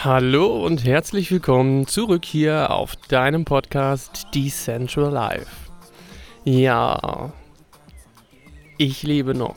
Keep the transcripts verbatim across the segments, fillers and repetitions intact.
Hallo und herzlich willkommen zurück hier auf deinem Podcast Decentral Life. Ja, ich lebe noch.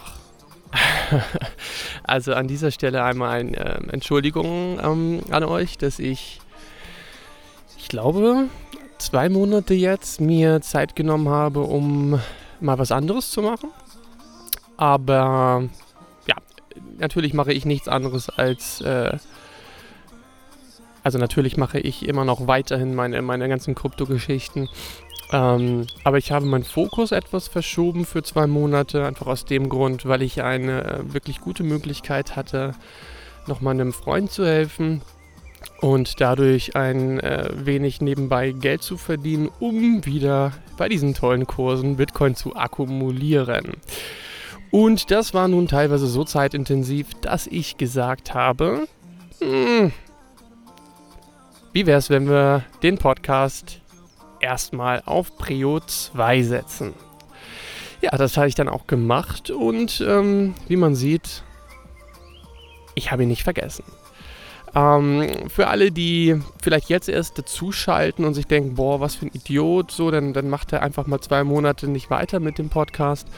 Also an dieser Stelle einmal eine äh, Entschuldigung ähm, an euch, dass ich, ich glaube, zwei Monate jetzt mir Zeit genommen habe, um mal was anderes zu machen. Aber ja, natürlich mache ich nichts anderes als... Äh, Also natürlich mache ich immer noch weiterhin meine, meine ganzen Krypto-Geschichten. Ähm, aber ich habe meinen Fokus etwas verschoben für zwei Monate, einfach aus dem Grund, weil ich eine äh, wirklich gute Möglichkeit hatte, noch meinem Freund zu helfen und dadurch ein äh, wenig nebenbei Geld zu verdienen, um wieder bei diesen tollen Kursen Bitcoin zu akkumulieren. Und das war nun teilweise so zeitintensiv, dass ich gesagt habe, mh, wie wäre es, wenn wir den Podcast erstmal auf Prio zwei setzen? Ja, das habe ich dann auch gemacht und ähm, wie man sieht, ich habe ihn nicht vergessen. Ähm, für alle, die vielleicht jetzt erst dazuschalten und sich denken, boah, was für ein Idiot, so, dann, dann macht er einfach mal zwei Monate nicht weiter mit dem Podcast.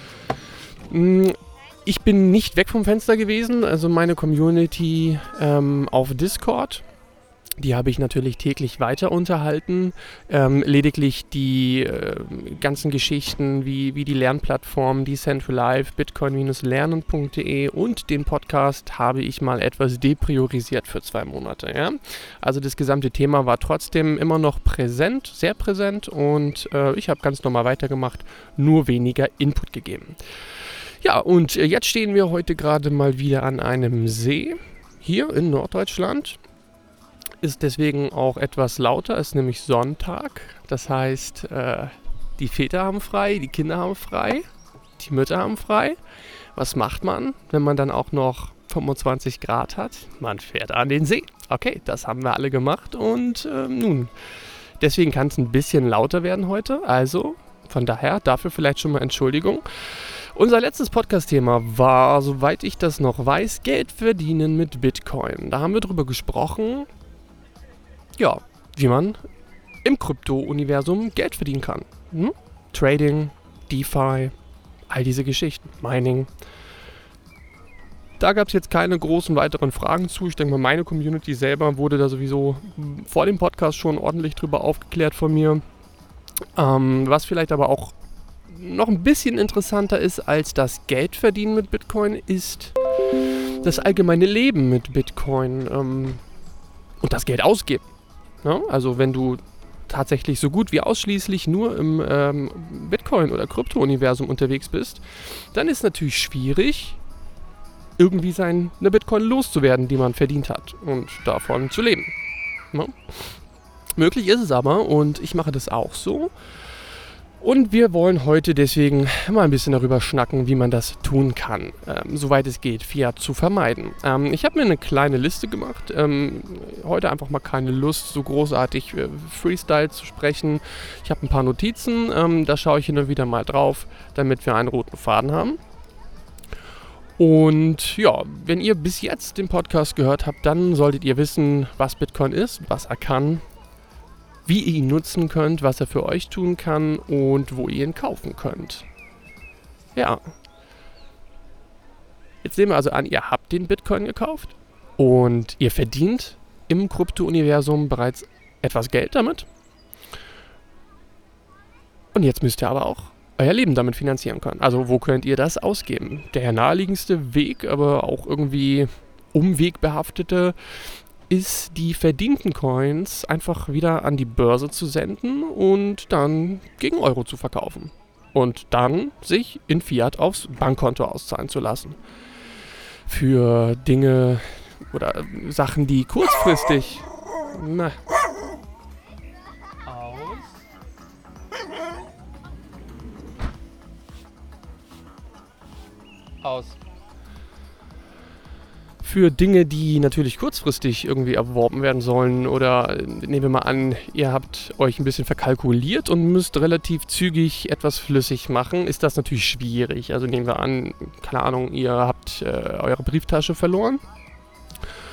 Ich bin nicht weg vom Fenster gewesen, also meine Community ähm, auf Discord. Die habe ich natürlich täglich weiter unterhalten. Ähm, lediglich die äh, ganzen Geschichten wie, wie die Lernplattform Decentral Life, bitcoin lernen punkt de und den Podcast habe ich mal etwas depriorisiert für zwei Monate. Ja? Also das gesamte Thema war trotzdem immer noch präsent, sehr präsent und äh, ich habe ganz normal weitergemacht, nur weniger Input gegeben. Ja, und äh, jetzt stehen wir heute gerade mal wieder an einem See hier in Norddeutschland. Ist deswegen auch etwas lauter, ist nämlich Sonntag. Das heißt, äh, die Väter haben frei, die Kinder haben frei, die Mütter haben frei. Was macht man, wenn man dann auch noch fünfundzwanzig Grad hat? Man fährt an den See. Okay, das haben wir alle gemacht und äh, nun, deswegen kann es ein bisschen lauter werden heute. Also von daher, dafür vielleicht schon mal Entschuldigung. Unser letztes Podcast-Thema war, soweit ich das noch weiß, Geld verdienen mit Bitcoin. Da haben wir drüber gesprochen, ja, wie man im Krypto-Universum Geld verdienen kann. Hm? Trading, DeFi, all diese Geschichten, Mining. Da gab es jetzt keine großen weiteren Fragen zu. Ich denke mal, meine Community selber wurde da sowieso vor dem Podcast schon ordentlich drüber aufgeklärt von mir. Ähm, was vielleicht aber auch noch ein bisschen interessanter ist als das Geld verdienen mit Bitcoin, ist das allgemeine Leben mit Bitcoin ähm, und das Geld ausgeben. Ja, also wenn du tatsächlich so gut wie ausschließlich nur im ähm, Bitcoin- oder Krypto-Universum unterwegs bist, dann ist es natürlich schwierig, irgendwie seine Bitcoin loszuwerden, die man verdient hat und davon zu leben. Ja. Möglich ist es aber und ich mache das auch so. Und wir wollen heute deswegen mal ein bisschen darüber schnacken, wie man das tun kann, ähm, soweit es geht, Fiat zu vermeiden. Ähm, ich habe mir eine kleine Liste gemacht. Ähm, heute einfach mal keine Lust, so großartig äh, Freestyle zu sprechen. Ich habe ein paar Notizen, ähm, da schaue ich hin und wieder mal drauf, damit wir einen roten Faden haben. Und ja, wenn ihr bis jetzt den Podcast gehört habt, dann solltet ihr wissen, was Bitcoin ist, was er kann, wie ihr ihn nutzen könnt, was er für euch tun kann und wo ihr ihn kaufen könnt. Ja. Jetzt nehmen wir also an, ihr habt den Bitcoin gekauft und ihr verdient im Krypto-Universum bereits etwas Geld damit. Und jetzt müsst ihr aber auch euer Leben damit finanzieren können. Also wo könnt ihr das ausgeben? Der naheliegendste Weg, aber auch irgendwie umwegbehaftete, ist, die verdienten Coins einfach wieder an die Börse zu senden und dann gegen Euro zu verkaufen. Und dann sich in Fiat aufs Bankkonto auszahlen zu lassen. Für Dinge oder Sachen, die kurzfristig... Na, aus. Aus. Für Dinge, die natürlich kurzfristig irgendwie erworben werden sollen oder nehmen wir mal an, ihr habt euch ein bisschen verkalkuliert und müsst relativ zügig etwas flüssig machen, ist das natürlich schwierig. Also nehmen wir an, keine Ahnung, ihr habt äh, eure Brieftasche verloren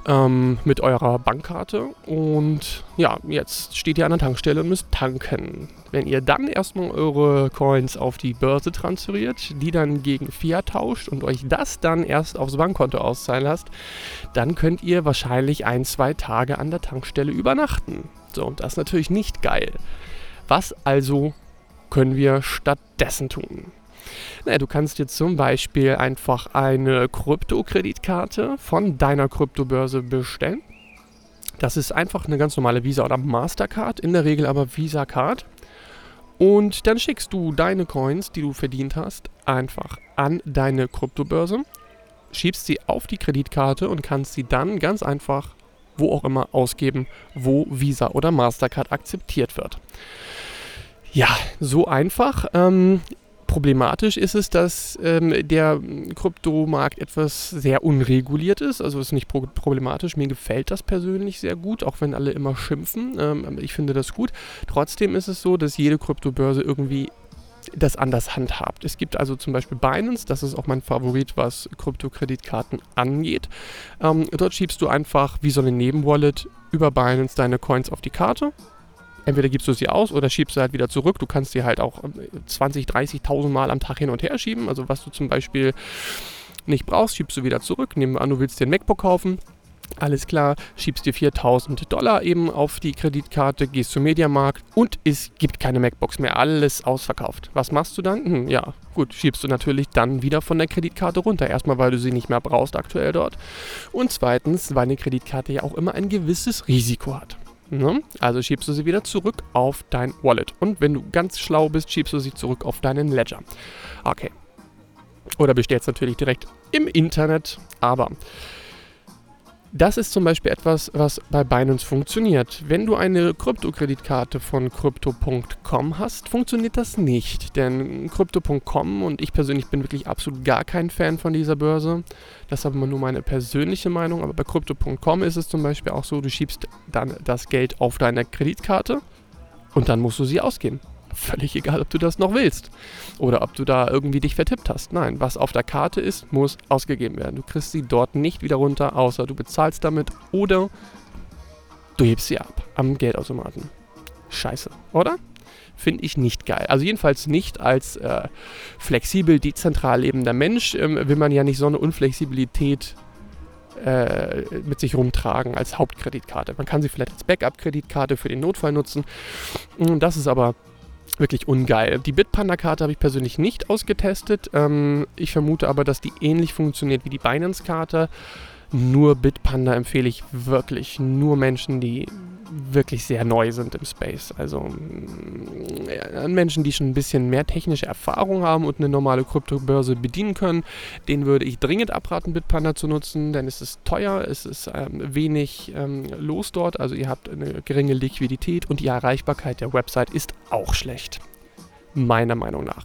ähm, mit eurer Bankkarte und ja, jetzt steht ihr an der Tankstelle und müsst tanken. Wenn ihr dann erstmal eure Coins auf die Börse transferiert, die dann gegen Fiat tauscht und euch das dann erst aufs Bankkonto auszahlen lasst, dann könnt ihr wahrscheinlich ein, zwei Tage an der Tankstelle übernachten. So, und das ist natürlich nicht geil. Was also können wir stattdessen tun? Naja, du kannst dir zum Beispiel einfach eine Krypto-Kreditkarte von deiner Kryptobörse bestellen. Das ist einfach eine ganz normale Visa- oder Mastercard, in der Regel aber Visa-Card. Und dann schickst du deine Coins, die du verdient hast, einfach an deine Kryptobörse, schiebst sie auf die Kreditkarte und kannst sie dann ganz einfach wo auch immer ausgeben, wo Visa oder Mastercard akzeptiert wird. Ja, so einfach. Ähm, Problematisch ist es, dass ähm, der Kryptomarkt etwas sehr unreguliert ist. Also ist nicht pro- problematisch. Mir gefällt das persönlich sehr gut, auch wenn alle immer schimpfen. Ähm, ich finde das gut. Trotzdem ist es so, dass jede Kryptobörse irgendwie das anders handhabt. Es gibt also zum Beispiel Binance, das ist auch mein Favorit, was Kryptokreditkarten angeht. Ähm, dort schiebst du einfach wie so eine Nebenwallet über Binance deine Coins auf die Karte. Entweder gibst du sie aus oder schiebst sie halt wieder zurück. Du kannst sie halt auch zwanzig, dreißigtausend Mal am Tag hin und her schieben. Also was du zum Beispiel nicht brauchst, schiebst du wieder zurück. Nehmen wir an, du willst dir ein MacBook kaufen. Alles klar, schiebst dir viertausend Dollar eben auf die Kreditkarte, gehst zum Mediamarkt und es gibt keine MacBooks mehr. Alles ausverkauft. Was machst du dann? Hm, ja, gut, schiebst du natürlich dann wieder von der Kreditkarte runter. Erstmal, weil du sie nicht mehr brauchst aktuell dort. Und zweitens, weil eine Kreditkarte ja auch immer ein gewisses Risiko hat. Ne? Also schiebst du sie wieder zurück auf dein Wallet. Und wenn du ganz schlau bist, schiebst du sie zurück auf deinen Ledger. Okay. Oder bestellst natürlich direkt im Internet. Aber das ist zum Beispiel etwas, was bei Binance funktioniert. Wenn du eine Kryptokreditkarte von Crypto Punkt com hast, funktioniert das nicht. Denn Crypto Punkt com und ich persönlich bin wirklich absolut gar kein Fan von dieser Börse. Das ist aber nur meine persönliche Meinung. Aber bei Crypto Punkt com ist es zum Beispiel auch so, du schiebst dann das Geld auf deine Kreditkarte und dann musst du sie ausgeben. Völlig egal, ob du das noch willst oder ob du da irgendwie dich vertippt hast. Nein, was auf der Karte ist, muss ausgegeben werden. Du kriegst sie dort nicht wieder runter, außer du bezahlst damit oder du hebst sie ab am Geldautomaten. Scheiße, oder? Finde ich nicht geil. Also jedenfalls nicht als äh, flexibel, dezentral lebender Mensch ähm, will man ja nicht so eine Unflexibilität äh, mit sich rumtragen als Hauptkreditkarte. Man kann sie vielleicht als Backup-Kreditkarte für den Notfall nutzen. Das ist aber wirklich ungeil. Die Bitpanda-Karte habe ich persönlich nicht ausgetestet. Ähm, ich vermute aber, dass die ähnlich funktioniert wie die Binance-Karte. Nur Bitpanda empfehle ich wirklich nur Menschen, die wirklich sehr neu sind im Space. Also äh, Menschen, die schon ein bisschen mehr technische Erfahrung haben und eine normale Kryptobörse bedienen können, denen würde ich dringend abraten, Bitpanda zu nutzen, denn es ist teuer, es ist ähm, wenig ähm, los dort, also ihr habt eine geringe Liquidität und die Erreichbarkeit der Website ist auch schlecht. Meiner Meinung nach.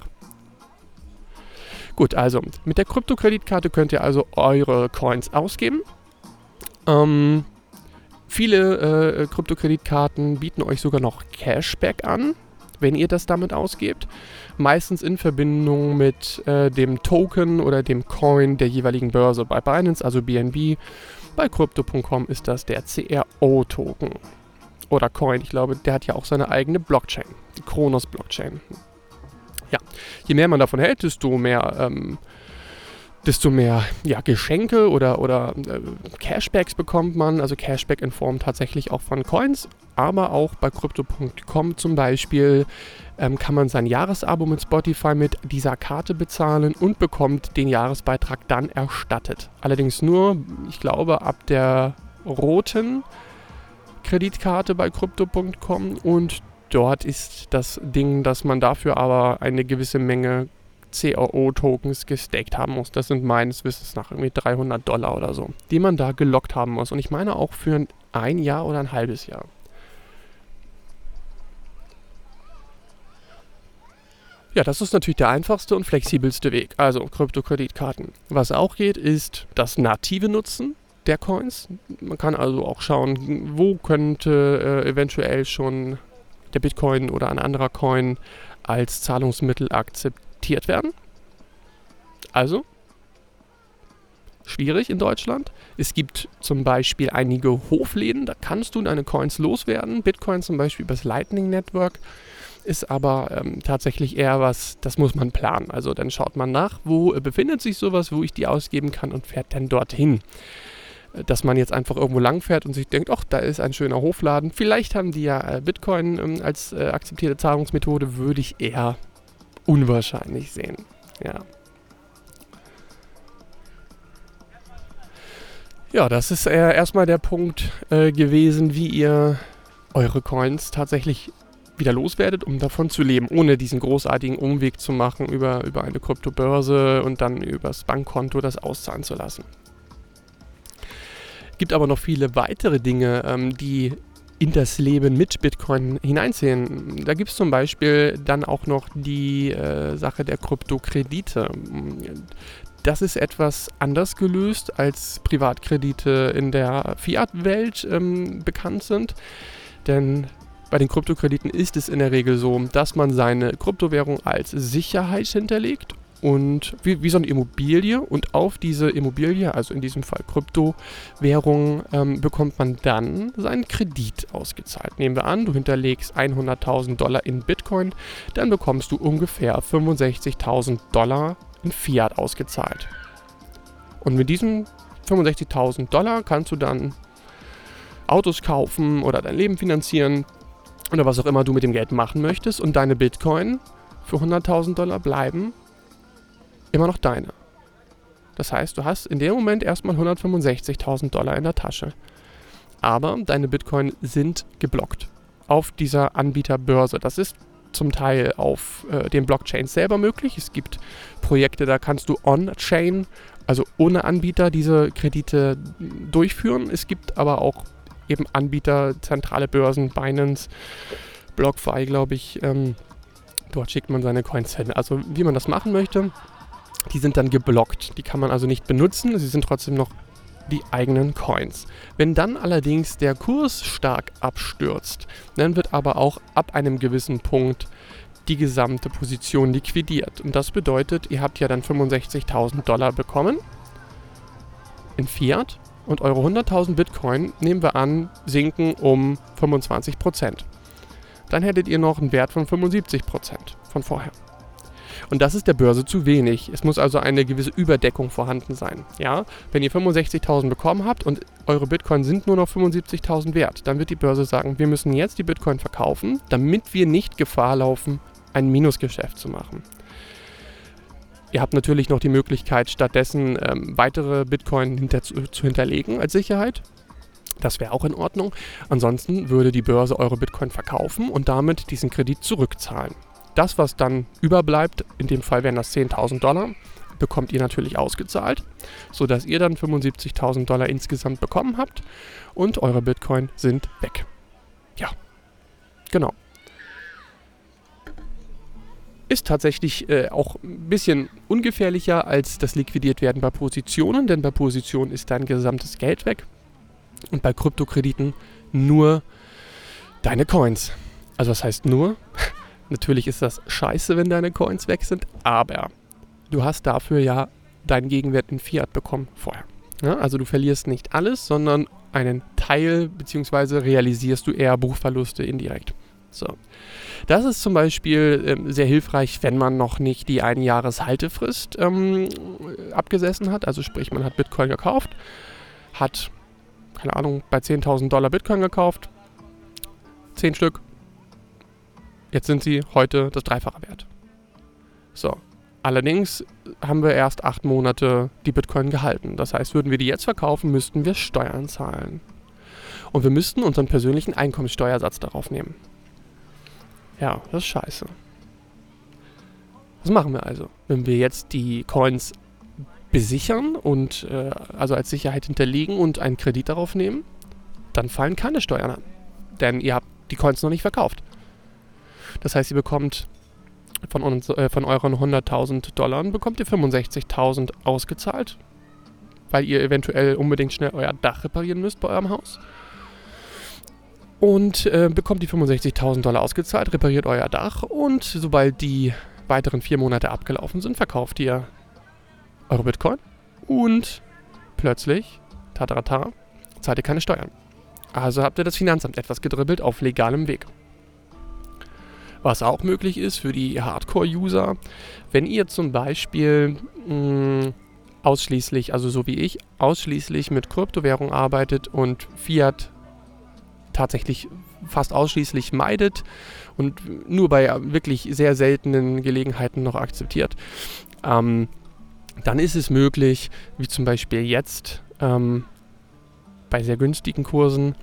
Gut, also mit der Kryptokreditkarte könnt ihr also eure Coins ausgeben. Ähm, viele äh, Kryptokreditkarten bieten euch sogar noch Cashback an, wenn ihr das damit ausgebt. Meistens in Verbindung mit äh, dem Token oder dem Coin der jeweiligen Börse. Bei Binance, also B N B. Bei Crypto Punkt com ist das der C R O-Token. Oder Coin, ich glaube, der hat ja auch seine eigene Blockchain. Die Kronos-Blockchain. Ja, je mehr man davon hält, desto mehr, ähm, desto mehr ja, Geschenke oder, oder äh, Cashbacks bekommt man. Also Cashback in Form tatsächlich auch von Coins. Aber auch bei Crypto Punkt com zum Beispiel ähm, kann man sein Jahresabo mit Spotify mit dieser Karte bezahlen und bekommt den Jahresbeitrag dann erstattet. Allerdings nur, ich glaube, ab der roten Kreditkarte bei Crypto Punkt com und dort ist das Ding, dass man dafür aber eine gewisse Menge C R O-Tokens gestaked haben muss. Das sind meines Wissens nach irgendwie dreihundert Dollar oder so, die man da gelockt haben muss. Und ich meine auch für ein Jahr oder ein halbes Jahr. Ja, das ist natürlich der einfachste und flexibelste Weg. Also Kryptokreditkarten. Was auch geht, ist das native Nutzen der Coins. Man kann also auch schauen, wo könnte äh, eventuell schon der Bitcoin oder ein anderer Coin als Zahlungsmittel akzeptiert werden. Also schwierig in Deutschland. Es gibt zum Beispiel einige Hofläden, da kannst du deine Coins loswerden. Bitcoin zum Beispiel über das Lightning Network ist aber ähm, tatsächlich eher was, das muss man planen. Also dann schaut man nach, wo äh, befindet sich sowas, wo ich die ausgeben kann und fährt dann dorthin. Dass man jetzt einfach irgendwo lang fährt und sich denkt, ach, da ist ein schöner Hofladen. Vielleicht haben die ja äh, Bitcoin ähm, als äh, akzeptierte Zahlungsmethode, würde ich eher unwahrscheinlich sehen. Ja. Ja, das ist äh, erstmal der Punkt äh, gewesen, wie ihr eure Coins tatsächlich wieder loswerdet, um davon zu leben, ohne diesen großartigen Umweg zu machen über, über eine Kryptobörse und dann übers Bankkonto das auszahlen zu lassen. Es gibt aber noch viele weitere Dinge, ähm, die in das Leben mit Bitcoin hineinziehen. Da gibt es zum Beispiel dann auch noch die äh, Sache der Kryptokredite. Das ist etwas anders gelöst, als Privatkredite in der Fiat-Welt ähm, bekannt sind, denn bei den Kryptokrediten ist es in der Regel so, dass man seine Kryptowährung als Sicherheit hinterlegt und wie, wie so eine Immobilie, und auf diese Immobilie, also in diesem Fall Kryptowährung, ähm, bekommt man dann seinen Kredit ausgezahlt. Nehmen wir an, du hinterlegst hunderttausend Dollar in Bitcoin, dann bekommst du ungefähr fünfundsechzigtausend Dollar in Fiat ausgezahlt. Und mit diesen fünfundsechzigtausend Dollar kannst du dann Autos kaufen oder dein Leben finanzieren oder was auch immer du mit dem Geld machen möchtest, und deine Bitcoin für hunderttausend Dollar bleiben immer noch deine. Das heißt, du hast in dem Moment erstmal hundertfünfundsechzigtausend Dollar in der Tasche. Aber deine Bitcoin sind geblockt auf dieser Anbieterbörse. Das ist zum Teil auf äh, den Blockchains selber möglich. Es gibt Projekte, da kannst du on-chain, also ohne Anbieter, diese Kredite durchführen. Es gibt aber auch eben Anbieter, zentrale Börsen, Binance, BlockFi, glaube ich. Ähm, dort schickt man seine Coins hin. Also wie man das machen möchte, die sind dann geblockt. Die kann man also nicht benutzen. Sie sind trotzdem noch die eigenen Coins. Wenn dann allerdings der Kurs stark abstürzt, dann wird aber auch ab einem gewissen Punkt die gesamte Position liquidiert. Und das bedeutet, ihr habt ja dann fünfundsechzigtausend Dollar bekommen in Fiat und eure hunderttausend Bitcoin, nehmen wir an, sinken um fünfundzwanzig Prozent. Dann hättet ihr noch einen Wert von fünfundsiebzig Prozent von vorher. Und das ist der Börse zu wenig. Es muss also eine gewisse Überdeckung vorhanden sein. Ja? Wenn ihr fünfundsechzigtausend bekommen habt und eure Bitcoin sind nur noch fünfundsiebzigtausend wert, dann wird die Börse sagen, wir müssen jetzt die Bitcoin verkaufen, damit wir nicht Gefahr laufen, ein Minusgeschäft zu machen. Ihr habt natürlich noch die Möglichkeit, stattdessen ähm, weitere Bitcoin hinter, zu, zu hinterlegen als Sicherheit. Das wäre auch in Ordnung. Ansonsten würde die Börse eure Bitcoin verkaufen und damit diesen Kredit zurückzahlen. Das, was dann überbleibt, in dem Fall wären das zehntausend Dollar, bekommt ihr natürlich ausgezahlt, sodass ihr dann fünfundsiebzigtausend Dollar insgesamt bekommen habt und eure Bitcoin sind weg. Ja, genau. Ist tatsächlich äh, auch ein bisschen ungefährlicher als das Liquidiert-Werden bei Positionen, denn bei Positionen ist dein gesamtes Geld weg und bei Kryptokrediten nur deine Coins. Also was heißt nur? Natürlich ist das scheiße, wenn deine Coins weg sind, aber du hast dafür ja deinen Gegenwert in Fiat bekommen vorher. Ja, also du verlierst nicht alles, sondern einen Teil, beziehungsweise realisierst du eher Buchverluste indirekt. So. Das ist zum Beispiel ähm, sehr hilfreich, wenn man noch nicht die Einjahreshaltefrist ähm, abgesessen hat. Also sprich, man hat Bitcoin gekauft, hat, keine Ahnung, bei zehntausend Dollar Bitcoin gekauft, zehn Stück. Jetzt sind sie heute das Dreifache wert. So. Allerdings haben wir erst acht Monate die Bitcoin gehalten. Das heißt, würden wir die jetzt verkaufen, müssten wir Steuern zahlen. Und wir müssten unseren persönlichen Einkommenssteuersatz darauf nehmen. Ja, das ist scheiße. Was machen wir also? Wenn wir jetzt die Coins besichern und äh, also als Sicherheit hinterlegen und einen Kredit darauf nehmen, dann fallen keine Steuern an. Denn ihr habt die Coins noch nicht verkauft. Das heißt, ihr bekommt von, uns, äh, von euren hunderttausend Dollar bekommt ihr fünfundsechzigtausend ausgezahlt, weil ihr eventuell unbedingt schnell euer Dach reparieren müsst bei eurem Haus. Und äh, bekommt die fünfundsechzigtausend Dollar ausgezahlt, repariert euer Dach und sobald die weiteren vier Monate abgelaufen sind, verkauft ihr eure Bitcoin und plötzlich, tatarata, zahlt ihr keine Steuern. Also habt ihr das Finanzamt etwas gedribbelt auf legalem Weg. Was auch möglich ist für die Hardcore-User, wenn ihr zum Beispiel mh, ausschließlich, also so wie ich, ausschließlich mit Kryptowährung arbeitet und Fiat tatsächlich fast ausschließlich meidet und nur bei wirklich sehr seltenen Gelegenheiten noch akzeptiert, ähm, dann ist es möglich, wie zum Beispiel jetzt ähm, bei sehr günstigen Kursen,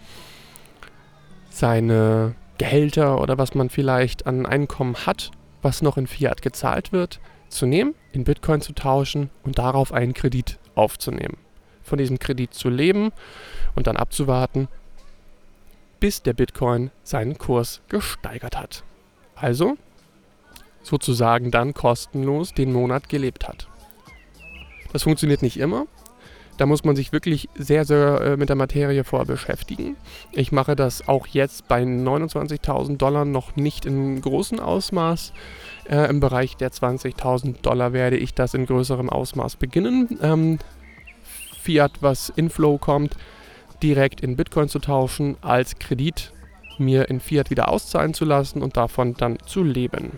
seine Gehälter oder was man vielleicht an Einkommen hat, was noch in Fiat gezahlt wird, zu nehmen, in Bitcoin zu tauschen und darauf einen Kredit aufzunehmen. Von diesem Kredit zu leben und dann abzuwarten, bis der Bitcoin seinen Kurs gesteigert hat. Also sozusagen dann kostenlos den Monat gelebt hat. Das funktioniert nicht immer. Da muss man sich wirklich sehr, sehr äh, mit der Materie vorher beschäftigen. Ich mache das auch jetzt bei neunundzwanzigtausend Dollar noch nicht in großem Ausmaß. Äh, Im Bereich der zwanzigtausend Dollar werde ich das in größerem Ausmaß beginnen. Ähm, Fiat, was Inflow kommt, direkt in Bitcoin zu tauschen, als Kredit mir in Fiat wieder auszahlen zu lassen und davon dann zu leben.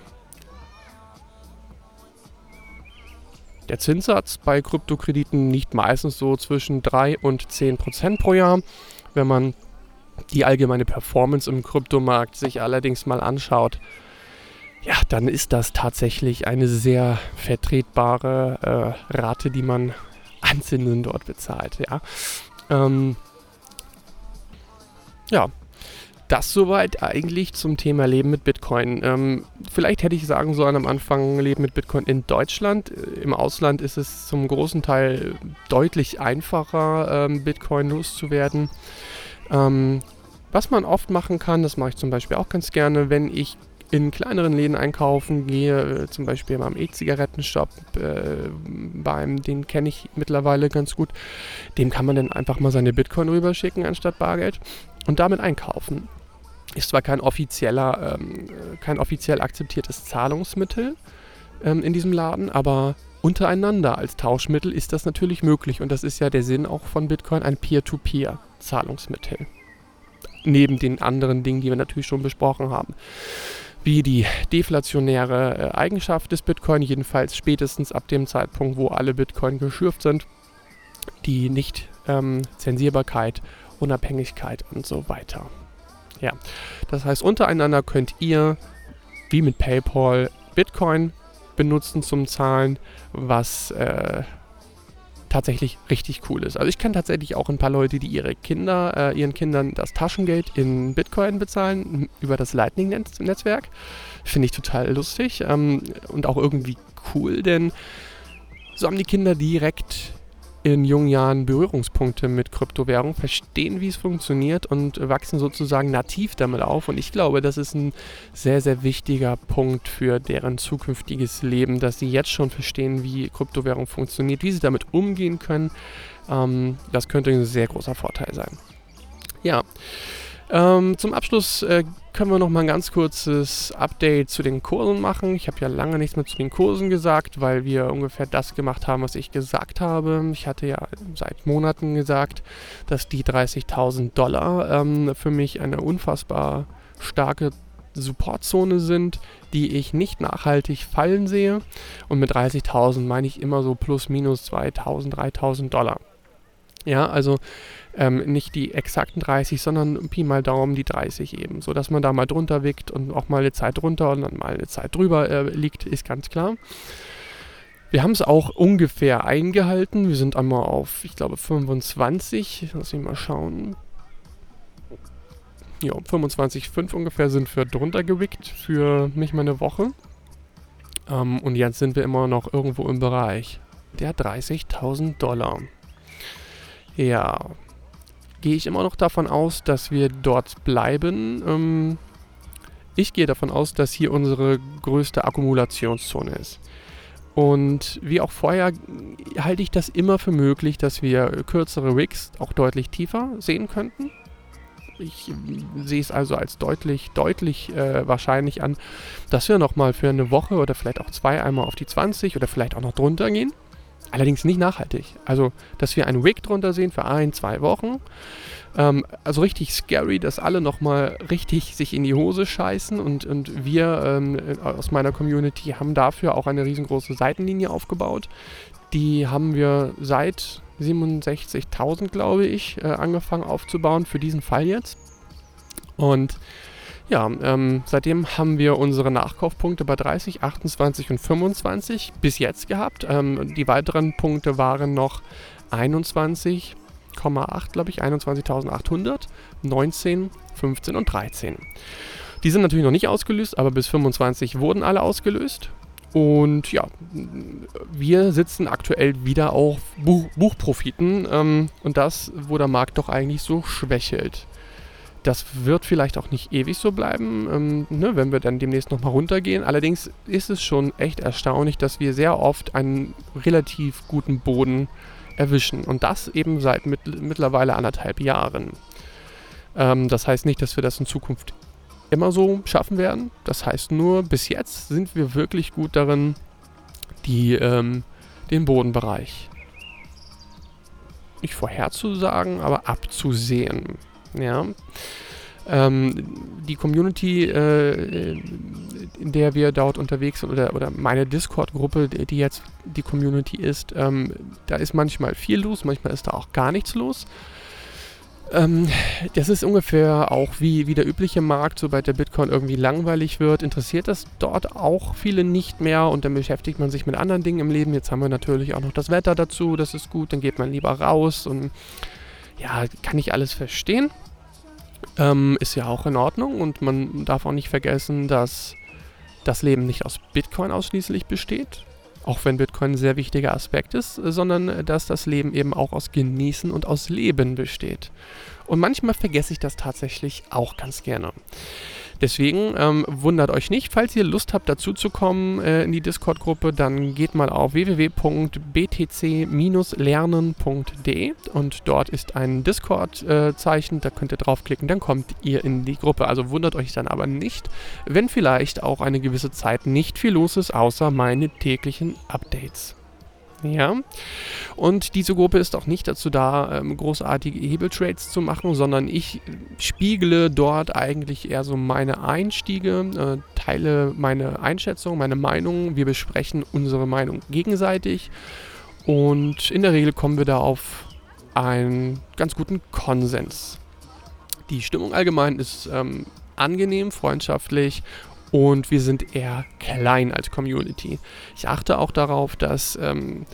Der Zinssatz bei Kryptokrediten liegt meistens so zwischen drei und zehn Prozent pro Jahr. Wenn man die allgemeine Performance im Kryptomarkt sich allerdings mal anschaut, ja, dann ist das tatsächlich eine sehr vertretbare äh, Rate, die man an Zinsen dort bezahlt. Ja, ähm, ja. Das soweit eigentlich zum Thema Leben mit Bitcoin. Ähm, vielleicht hätte ich sagen sollen am Anfang Leben mit Bitcoin in Deutschland. Im Ausland ist es zum großen Teil deutlich einfacher, ähm, Bitcoin loszuwerden. Ähm, was man oft machen kann, das mache ich zum Beispiel auch ganz gerne, wenn ich in kleineren Läden einkaufen gehe, äh, zum Beispiel beim E-Zigarettenshop, äh, beim, den kenne ich mittlerweile ganz gut, dem kann man dann einfach mal seine Bitcoin rüberschicken anstatt Bargeld und damit einkaufen. Ist zwar kein offizieller, ähm, kein offiziell akzeptiertes Zahlungsmittel ähm, in diesem Laden, aber untereinander als Tauschmittel ist das natürlich möglich und das ist ja der Sinn auch von Bitcoin, ein Peer-to-Peer-Zahlungsmittel. Neben den anderen Dingen, die wir natürlich schon besprochen haben. Wie die deflationäre äh, Eigenschaft des Bitcoin, jedenfalls spätestens ab dem Zeitpunkt, wo alle Bitcoin geschürft sind, die Nicht-Zensierbarkeit, ähm, Unabhängigkeit und so weiter. Ja, das heißt, untereinander könnt ihr, wie mit PayPal, Bitcoin benutzen zum Zahlen, was äh, tatsächlich richtig cool ist. Also ich kenne tatsächlich auch ein paar Leute, die ihre Kinder, äh, ihren Kindern das Taschengeld in Bitcoin bezahlen, über das Lightning-Netzwerk. Finde ich total lustig ähm, und auch irgendwie cool, denn so haben die Kinder direkt in jungen Jahren Berührungspunkte mit Kryptowährung, verstehen, wie es funktioniert und wachsen sozusagen nativ damit auf. Und ich glaube, das ist ein sehr, sehr wichtiger Punkt für deren zukünftiges Leben, dass sie jetzt schon verstehen, wie Kryptowährung funktioniert, wie sie damit umgehen können. Ähm, das könnte ein sehr großer Vorteil sein. Ja, ähm, zum Abschluss äh, können wir noch mal ein ganz kurzes Update zu den Kursen machen. Ich habe ja lange nichts mehr zu den Kursen gesagt, weil wir ungefähr das gemacht haben, was ich gesagt habe. Ich hatte ja seit Monaten gesagt, dass die dreißigtausend Dollar ähm, für mich eine unfassbar starke Supportzone sind, die ich nicht nachhaltig fallen sehe. Und mit dreißigtausend meine ich immer so plus minus zweitausend, dreitausend Dollar. Ja, also ähm, nicht die exakten dreißig, sondern Pi mal Daumen die dreißig eben, sodass man da mal drunter wiegt und auch mal eine Zeit drunter und dann mal eine Zeit drüber äh, liegt, ist ganz klar. Wir haben es auch ungefähr eingehalten. Wir sind einmal auf, ich glaube, fünfundzwanzig. Lass mich mal schauen. Ja, fünfundzwanzig Komma fünf ungefähr sind wir drunter gewickt für nicht mal eine Woche. Ähm, und jetzt sind wir immer noch irgendwo im Bereich der dreißigtausend Dollar. Ja, gehe ich immer noch davon aus, dass wir dort bleiben. Ähm, ich gehe davon aus, dass hier unsere größte Akkumulationszone ist. Und wie auch vorher halte ich das immer für möglich, dass wir kürzere Wicks auch deutlich tiefer sehen könnten. Ich sehe es also als deutlich, deutlich äh, wahrscheinlich an, dass wir nochmal für eine Woche oder vielleicht auch zwei einmal auf die zwanzig oder vielleicht auch noch drunter gehen. Allerdings nicht nachhaltig. Also, dass wir einen Wick drunter sehen für ein, zwei Wochen. Ähm, also richtig scary, dass alle nochmal richtig sich in die Hose scheißen. Und, und wir ähm, aus meiner Community haben dafür auch eine riesengroße Seitenlinie aufgebaut. Die haben wir seit siebenundsechzigtausend, glaube ich, äh, angefangen aufzubauen für diesen Fall jetzt. Und ja, ähm, seitdem haben wir unsere Nachkaufpunkte bei dreißig, achtundzwanzig und fünfundzwanzig bis jetzt gehabt. Ähm, die weiteren Punkte waren noch einundzwanzig Komma acht, glaube ich, einundzwanzigtausendachthundert, neunzehn, fünfzehn und dreizehn. Die sind natürlich noch nicht ausgelöst, aber bis fünfundzwanzig wurden alle ausgelöst. Und ja, wir sitzen aktuell wieder auf Buch- Buchprofiten ähm, und das, wo der Markt doch eigentlich so schwächelt. Das wird vielleicht auch nicht ewig so bleiben, ähm, ne, wenn wir dann demnächst nochmal runtergehen. Allerdings ist es schon echt erstaunlich, dass wir sehr oft einen relativ guten Boden erwischen. Und das eben seit mit, mittlerweile anderthalb Jahren. Ähm, das heißt nicht, dass wir das in Zukunft immer so schaffen werden. Das heißt nur, bis jetzt sind wir wirklich gut darin, die, ähm, den Bodenbereich nicht vorherzusagen, aber abzusehen. Ja, ähm, die Community, äh, in der wir dort unterwegs sind, oder, oder meine Discord-Gruppe, die, die jetzt die Community ist, ähm, da ist manchmal viel los, manchmal ist da auch gar nichts los. Ähm, das ist ungefähr auch wie, wie der übliche Markt, sobald der Bitcoin irgendwie langweilig wird, interessiert das dort auch viele nicht mehr und dann beschäftigt man sich mit anderen Dingen im Leben. Jetzt haben wir natürlich auch noch das Wetter dazu, das ist gut, dann geht man lieber raus und ja, kann ich alles verstehen. Ähm, ist ja auch in Ordnung und man darf auch nicht vergessen, dass das Leben nicht aus Bitcoin ausschließlich besteht, auch wenn Bitcoin ein sehr wichtiger Aspekt ist, sondern dass das Leben eben auch aus Genießen und aus Leben besteht. Und manchmal vergesse ich das tatsächlich auch ganz gerne. Deswegen ähm, wundert euch nicht, falls ihr Lust habt, dazu zu kommen äh, in die Discord-Gruppe, dann geht mal auf w w w punkt b t c Bindestrich lernen punkt d e und dort ist ein Discord-Zeichen, äh, da könnt ihr draufklicken, dann kommt ihr in die Gruppe. Also wundert euch dann aber nicht, wenn vielleicht auch eine gewisse Zeit nicht viel los ist, außer meine täglichen Updates. Ja, und diese Gruppe ist auch nicht dazu da, ähm, großartige Hebeltrades zu machen, sondern ich spiegle dort eigentlich eher so meine Einstiege, äh, teile meine Einschätzung, meine Meinung, wir besprechen unsere Meinung gegenseitig und in der Regel kommen wir da auf einen ganz guten Konsens. Die Stimmung allgemein ist ähm, angenehm, freundschaftlich. Und wir sind eher klein als Community. Ich achte auch darauf, dass, ähm,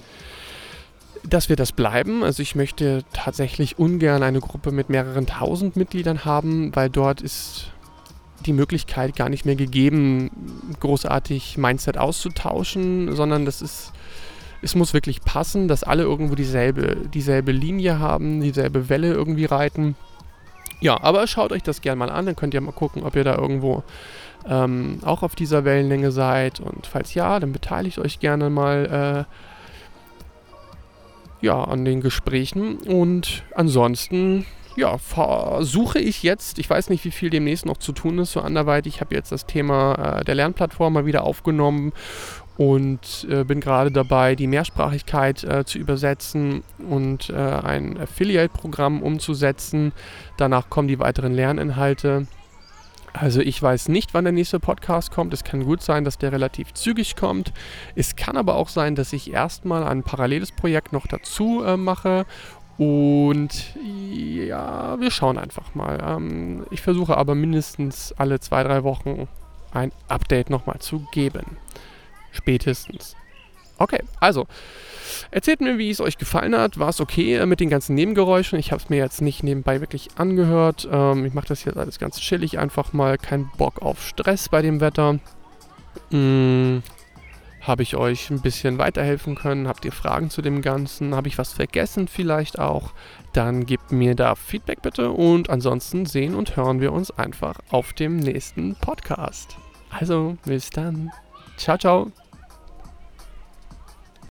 dass wir das bleiben. Also ich möchte tatsächlich ungern eine Gruppe mit mehreren tausend Mitgliedern haben, weil dort ist die Möglichkeit gar nicht mehr gegeben, großartig Mindset auszutauschen, sondern das ist, es muss wirklich passen, dass alle irgendwo dieselbe, dieselbe Linie haben, dieselbe Welle irgendwie reiten. Ja, aber schaut euch das gerne mal an, dann könnt ihr mal gucken, ob ihr da irgendwo ähm, auch auf dieser Wellenlänge seid. Und falls ja, dann beteiligt euch gerne mal äh, ja, an den Gesprächen. Und ansonsten ja, versuche ich jetzt, ich weiß nicht, wie viel demnächst noch zu tun ist, so anderweitig. Ich habe jetzt das Thema äh, der Lernplattform mal wieder aufgenommen und äh, bin gerade dabei, die Mehrsprachigkeit äh, zu übersetzen und äh, ein Affiliate-Programm umzusetzen. Danach kommen die weiteren Lerninhalte. Also ich weiß nicht, wann der nächste Podcast kommt. Es kann gut sein, dass der relativ zügig kommt. Es kann aber auch sein, dass ich erstmal ein paralleles Projekt noch dazu äh, mache. Und ja, wir schauen einfach mal. Ähm, ich versuche aber mindestens alle zwei, drei Wochen ein Update nochmal zu geben. Spätestens. Okay, also erzählt mir, wie es euch gefallen hat. War es okay mit den ganzen Nebengeräuschen? Ich habe es mir jetzt nicht nebenbei wirklich angehört. Ähm, ich mache das jetzt alles ganz chillig, einfach mal. Kein Bock auf Stress bei dem Wetter. Hm, habe ich euch ein bisschen weiterhelfen können? Habt ihr Fragen zu dem Ganzen? Habe ich was vergessen vielleicht auch? Dann gebt mir da Feedback bitte. Und ansonsten sehen und hören wir uns einfach auf dem nächsten Podcast. Also, bis dann. Ciao, ciao.